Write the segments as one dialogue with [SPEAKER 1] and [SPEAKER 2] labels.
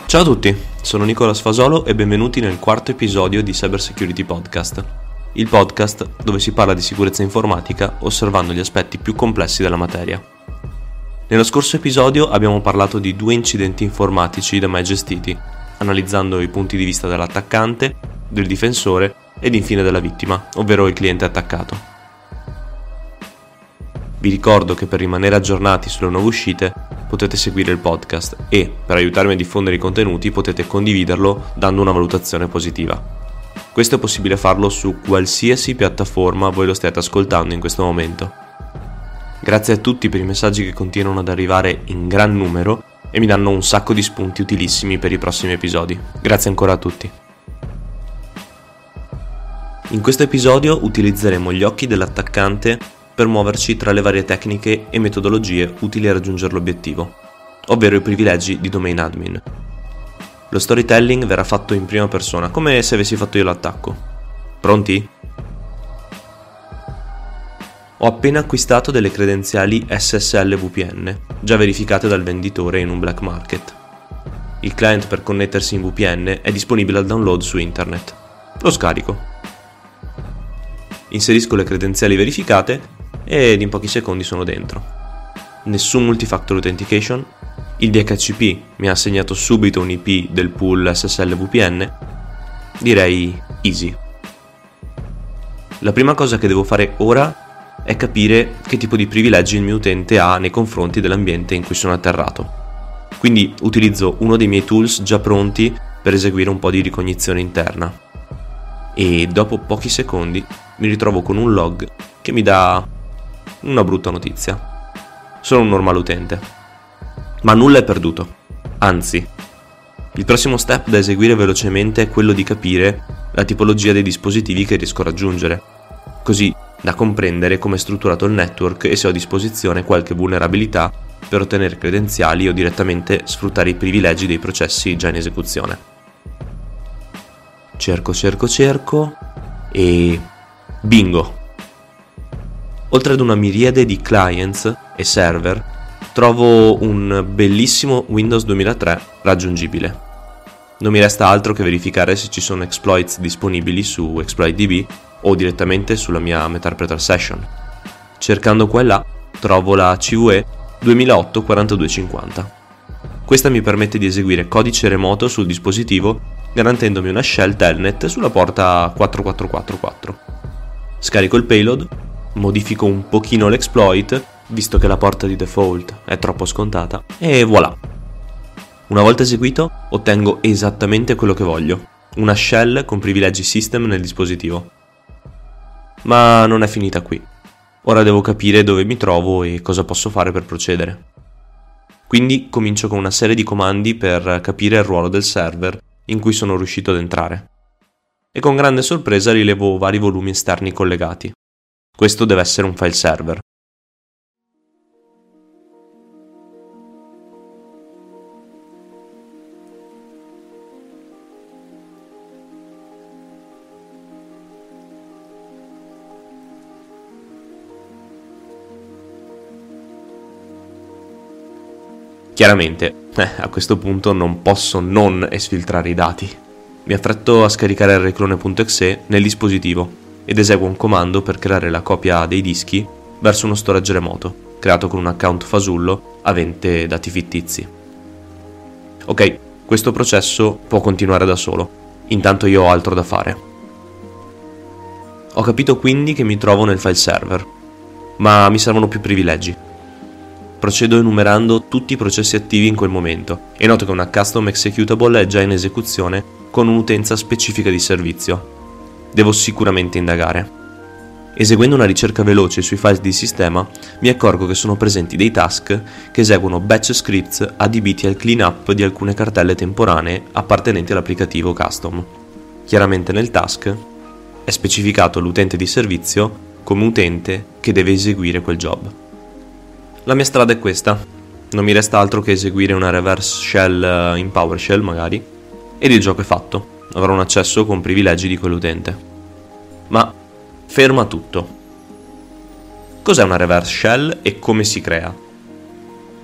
[SPEAKER 1] Ciao a tutti, sono Nicola Sfasolo e benvenuti nel quarto episodio di Cyber Security Podcast, il podcast dove si parla di sicurezza informatica osservando gli aspetti più complessi della materia. Nello scorso episodio abbiamo parlato di 2 incidenti informatici da mai gestiti, analizzando i punti di vista dell'attaccante, del difensore ed infine della vittima, ovvero il cliente attaccato. Vi ricordo che per rimanere aggiornati sulle nuove uscite potete seguire il podcast e, per aiutarmi a diffondere i contenuti, potete condividerlo dando una valutazione positiva. Questo è possibile farlo su qualsiasi piattaforma voi lo stiate ascoltando in questo momento. Grazie a tutti per i messaggi che continuano ad arrivare in gran numero e mi danno un sacco di spunti utilissimi per i prossimi episodi. Grazie ancora a tutti. In questo episodio utilizzeremo gli occhi dell'attaccante per muoverci tra le varie tecniche e metodologie utili a raggiungere l'obiettivo, ovvero i privilegi di domain admin. Lo storytelling verrà fatto in prima persona, come se avessi fatto io l'attacco. Pronti? Ho appena acquistato delle credenziali SSL VPN, già verificate dal venditore in un black market. Il client per connettersi in VPN è disponibile al download su internet. Lo scarico. Inserisco le credenziali verificate ed in pochi secondi sono dentro. Nessun multifactor authentication, il DHCP mi ha assegnato subito un IP del pool SSL VPN, direi easy. La prima cosa che devo fare ora è capire che tipo di privilegi il mio utente ha nei confronti dell'ambiente in cui sono atterrato. Quindi utilizzo uno dei miei tools già pronti per eseguire un po' di ricognizione interna. E dopo pochi secondi mi ritrovo con un log che mi dà una brutta notizia. Sono un normale utente. Ma nulla è perduto. Anzi, il prossimo step da eseguire velocemente è quello di capire la tipologia dei dispositivi che riesco a raggiungere, così da comprendere come è strutturato il network e se ho a disposizione qualche vulnerabilità per ottenere credenziali o direttamente sfruttare i privilegi dei processi già in esecuzione. Cerco e bingo! Oltre ad una miriade di clients e server, trovo un bellissimo Windows 2003 raggiungibile. Non mi resta altro che verificare se ci sono exploits disponibili su ExploitDB o direttamente sulla mia Meterpreter Session. Cercando qua e là, trovo la CVE 2008-4250. Questa mi permette di eseguire codice remoto sul dispositivo garantendomi una shell telnet sulla porta 4444. Scarico il payload, modifico un pochino l'exploit, visto che la porta di default è troppo scontata, e voilà. Una volta eseguito, ottengo esattamente quello che voglio, una shell con privilegi system nel dispositivo. Ma non è finita qui. Ora devo capire dove mi trovo e cosa posso fare per procedere. Quindi comincio con una serie di comandi per capire il ruolo del server in cui sono riuscito ad entrare. E con grande sorpresa rilevo vari volumi esterni collegati. Questo deve essere un file server. Chiaramente, a questo punto non posso non esfiltrare i dati. Mi affretto a scaricare rclone.exe nel dispositivo ed eseguo un comando per creare la copia dei dischi verso uno storage remoto, creato con un account fasullo avente dati fittizi. Ok, questo processo può continuare da solo, intanto io ho altro da fare. Ho capito quindi che mi trovo nel file server, ma mi servono più privilegi. Procedo enumerando tutti i processi attivi in quel momento e noto che una custom executable è già in esecuzione con un'utenza specifica di servizio. Devo sicuramente indagare. Eseguendo una ricerca veloce sui file di sistema, mi accorgo che sono presenti dei task che eseguono batch scripts adibiti al cleanup di alcune cartelle temporanee appartenenti all'applicativo custom. Chiaramente nel task è specificato l'utente di servizio come utente che deve eseguire quel job. La mia strada è questa. Non mi resta altro che eseguire una reverse shell in PowerShell magari, ed il gioco è fatto. Avrò un accesso con privilegi di quell'utente. Ma ferma tutto. Cos'è una reverse shell e come si crea?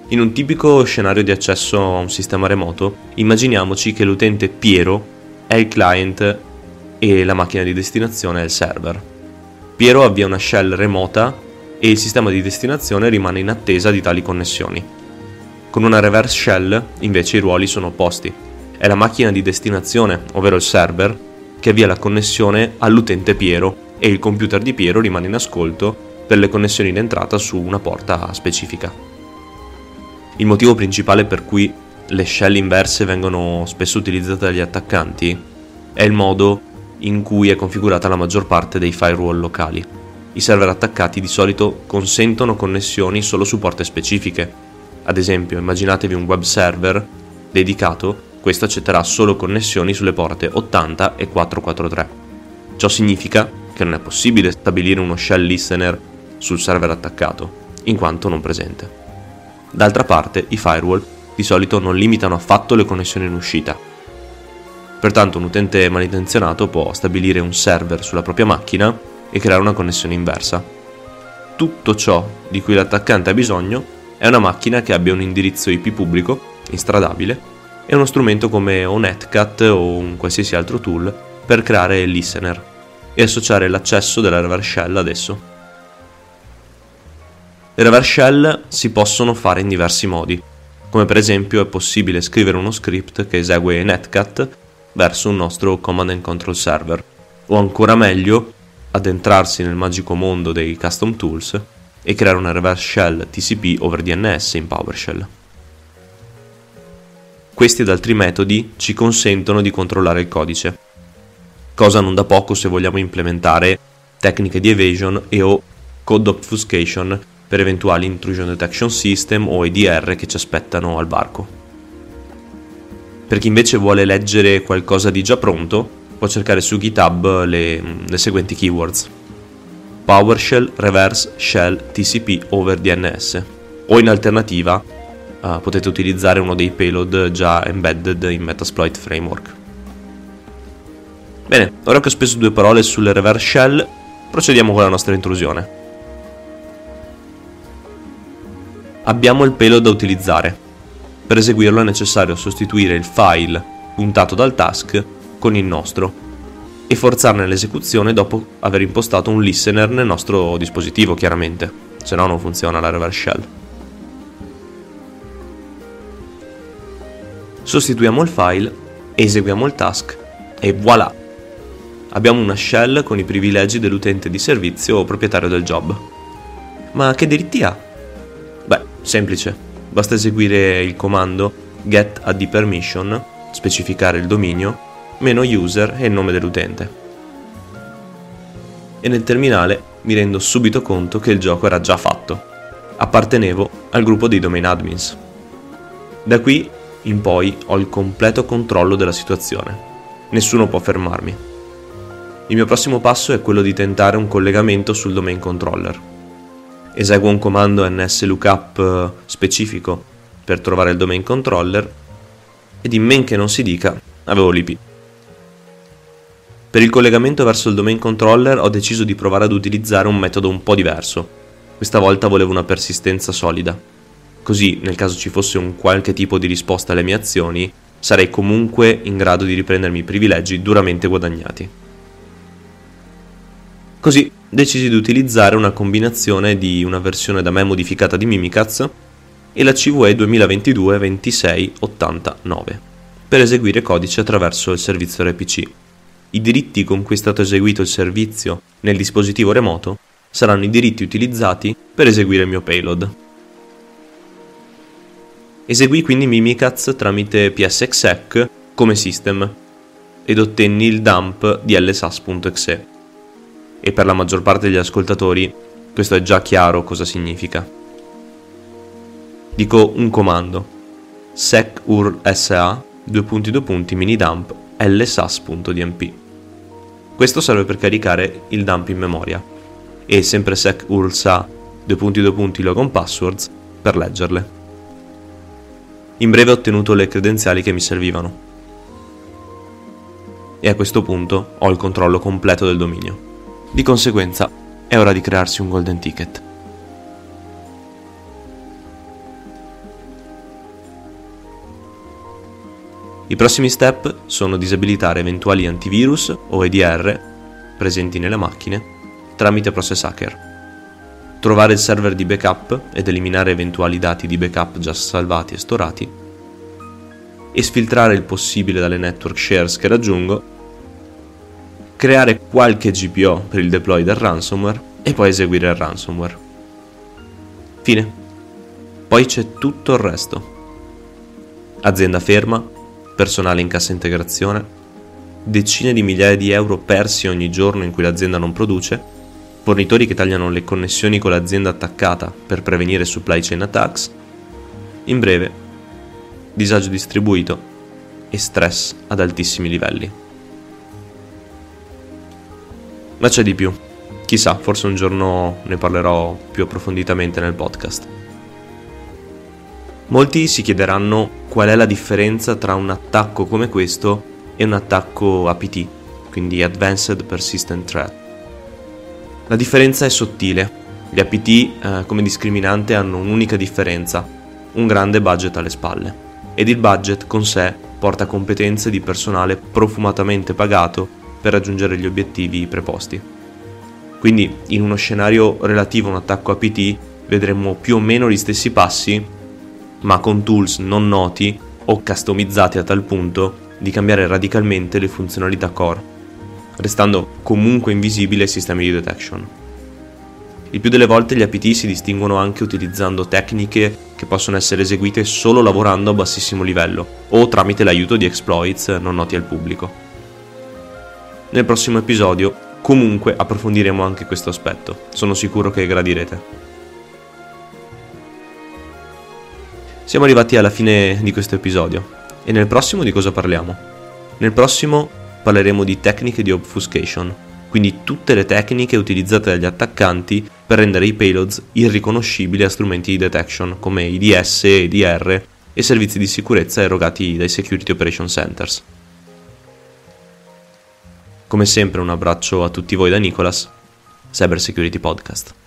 [SPEAKER 1] In un tipico scenario di accesso a un sistema remoto, immaginiamoci che l'utente Piero è il client e la macchina di destinazione è il server. Piero avvia una shell remota e il sistema di destinazione rimane in attesa di tali connessioni. Con una reverse shell, invece, i ruoli sono opposti. È la macchina di destinazione, ovvero il server, che avvia la connessione all'utente Piero e il computer di Piero rimane in ascolto per le connessioni in entrata su una porta specifica. Il motivo principale per cui le shell inverse vengono spesso utilizzate dagli attaccanti è il modo in cui è configurata la maggior parte dei firewall locali. I server attaccati di solito consentono connessioni solo su porte specifiche. Ad esempio, immaginatevi un web server dedicato, questo accetterà solo connessioni sulle porte 80 e 443. Ciò significa che non è possibile stabilire uno shell listener sul server attaccato, in quanto non presente. D'altra parte, i firewall di solito non limitano affatto le connessioni in uscita. Pertanto un utente malintenzionato può stabilire un server sulla propria macchina e creare una connessione inversa. Tutto ciò di cui l'attaccante ha bisogno è una macchina che abbia un indirizzo IP pubblico, instradabile, e uno strumento come o Netcat o un qualsiasi altro tool per creare il listener e associare l'accesso della reverse shell ad esso. Le reverse shell si possono fare in diversi modi, come per esempio è possibile scrivere uno script che esegue Netcat verso un nostro command and control server, o ancora meglio addentrarsi nel magico mondo dei custom tools e creare una reverse shell TCP over DNS in PowerShell. Questi ed altri metodi ci consentono di controllare il codice, cosa non da poco se vogliamo implementare tecniche di evasion e o code obfuscation per eventuali intrusion detection system o EDR che ci aspettano al varco. Per chi invece vuole leggere qualcosa di già pronto, può cercare su GitHub le seguenti keywords: PowerShell Reverse Shell TCP over DNS, o in alternativa potete utilizzare uno dei payload già embedded in Metasploit Framework. Bene, ora che ho speso 2 parole sulle reverse shell, procediamo con la nostra intrusione. Abbiamo il payload da utilizzare. Per eseguirlo è necessario sostituire il file puntato dal task con il nostro e forzarne l'esecuzione dopo aver impostato un listener nel nostro dispositivo, chiaramente, se no non funziona la reverse shell. Sostituiamo il file, eseguiamo il task e voilà! Abbiamo una shell con i privilegi dell'utente di servizio o proprietario del job. Ma che diritti ha? Beh, semplice. Basta eseguire il comando get AD permission, specificare il dominio, -user e il nome dell'utente. E nel terminale mi rendo subito conto che il gioco era già fatto. Appartenevo al gruppo dei domain admins. Da qui in poi ho il completo controllo della situazione. Nessuno può fermarmi. Il mio prossimo passo è quello di tentare un collegamento sul domain controller. Eseguo un comando nslookup specifico per trovare il domain controller ed in men che non si dica, avevo l'IP. Per il collegamento verso il domain controller ho deciso di provare ad utilizzare un metodo un po' diverso. Questa volta volevo una persistenza solida. Così, nel caso ci fosse un qualche tipo di risposta alle mie azioni, sarei comunque in grado di riprendermi i privilegi duramente guadagnati. Così decisi di utilizzare una combinazione di una versione da me modificata di Mimikatz e la CVE 2022-2689 per eseguire codice attraverso il servizio RPC. I diritti con cui è stato eseguito il servizio nel dispositivo remoto saranno i diritti utilizzati per eseguire il mio payload. Eseguì quindi Mimikatz tramite psexec come system ed ottenni il dump di lsas.exe. E per la maggior parte degli ascoltatori questo è già chiaro cosa significa. Dico un comando: sec url sa minidump lsas.dmp. Questo serve per caricare il dump in memoria e sempre sec url sa logon passwords per leggerle. In breve ho ottenuto le credenziali che mi servivano e a questo punto ho il controllo completo del dominio. Di conseguenza è ora di crearsi un golden ticket. I prossimi step sono disabilitare eventuali antivirus o EDR presenti nelle macchine tramite process hacker, trovare il server di backup ed eliminare eventuali dati di backup già salvati e storati, esfiltrare il possibile dalle network shares che raggiungo, creare qualche GPO per il deploy del ransomware e poi eseguire il ransomware. Fine. Poi c'è tutto il resto. Azienda ferma, personale in cassa integrazione, decine di migliaia di euro persi ogni giorno in cui l'azienda non produce, fornitori che tagliano le connessioni con l'azienda attaccata per prevenire supply chain attacks, in breve, disagio distribuito e stress ad altissimi livelli. Ma c'è di più. Chissà, forse un giorno ne parlerò più approfonditamente nel podcast. Molti si chiederanno qual è la differenza tra un attacco come questo e un attacco APT, quindi Advanced Persistent Threat. La differenza è sottile. Gli APT come discriminante hanno un'unica differenza, un grande budget alle spalle, ed il budget con sé porta competenze di personale profumatamente pagato per raggiungere gli obiettivi preposti. Quindi in uno scenario relativo a un attacco APT vedremo più o meno gli stessi passi, ma con tools non noti o customizzati a tal punto di cambiare radicalmente le funzionalità core, restando comunque invisibili ai sistemi di detection. Il più delle volte gli APT si distinguono anche utilizzando tecniche che possono essere eseguite solo lavorando a bassissimo livello o tramite l'aiuto di exploits non noti al pubblico. Nel prossimo episodio comunque approfondiremo anche questo aspetto, sono sicuro che gradirete. Siamo arrivati alla fine di questo episodio e nel prossimo di cosa parliamo? Nel prossimo parleremo di tecniche di obfuscation, quindi tutte le tecniche utilizzate dagli attaccanti per rendere i payloads irriconoscibili a strumenti di detection come IDS, EDR e servizi di sicurezza erogati dai Security Operation Centers. Come sempre un abbraccio a tutti voi da Nicolas, Cyber Security Podcast.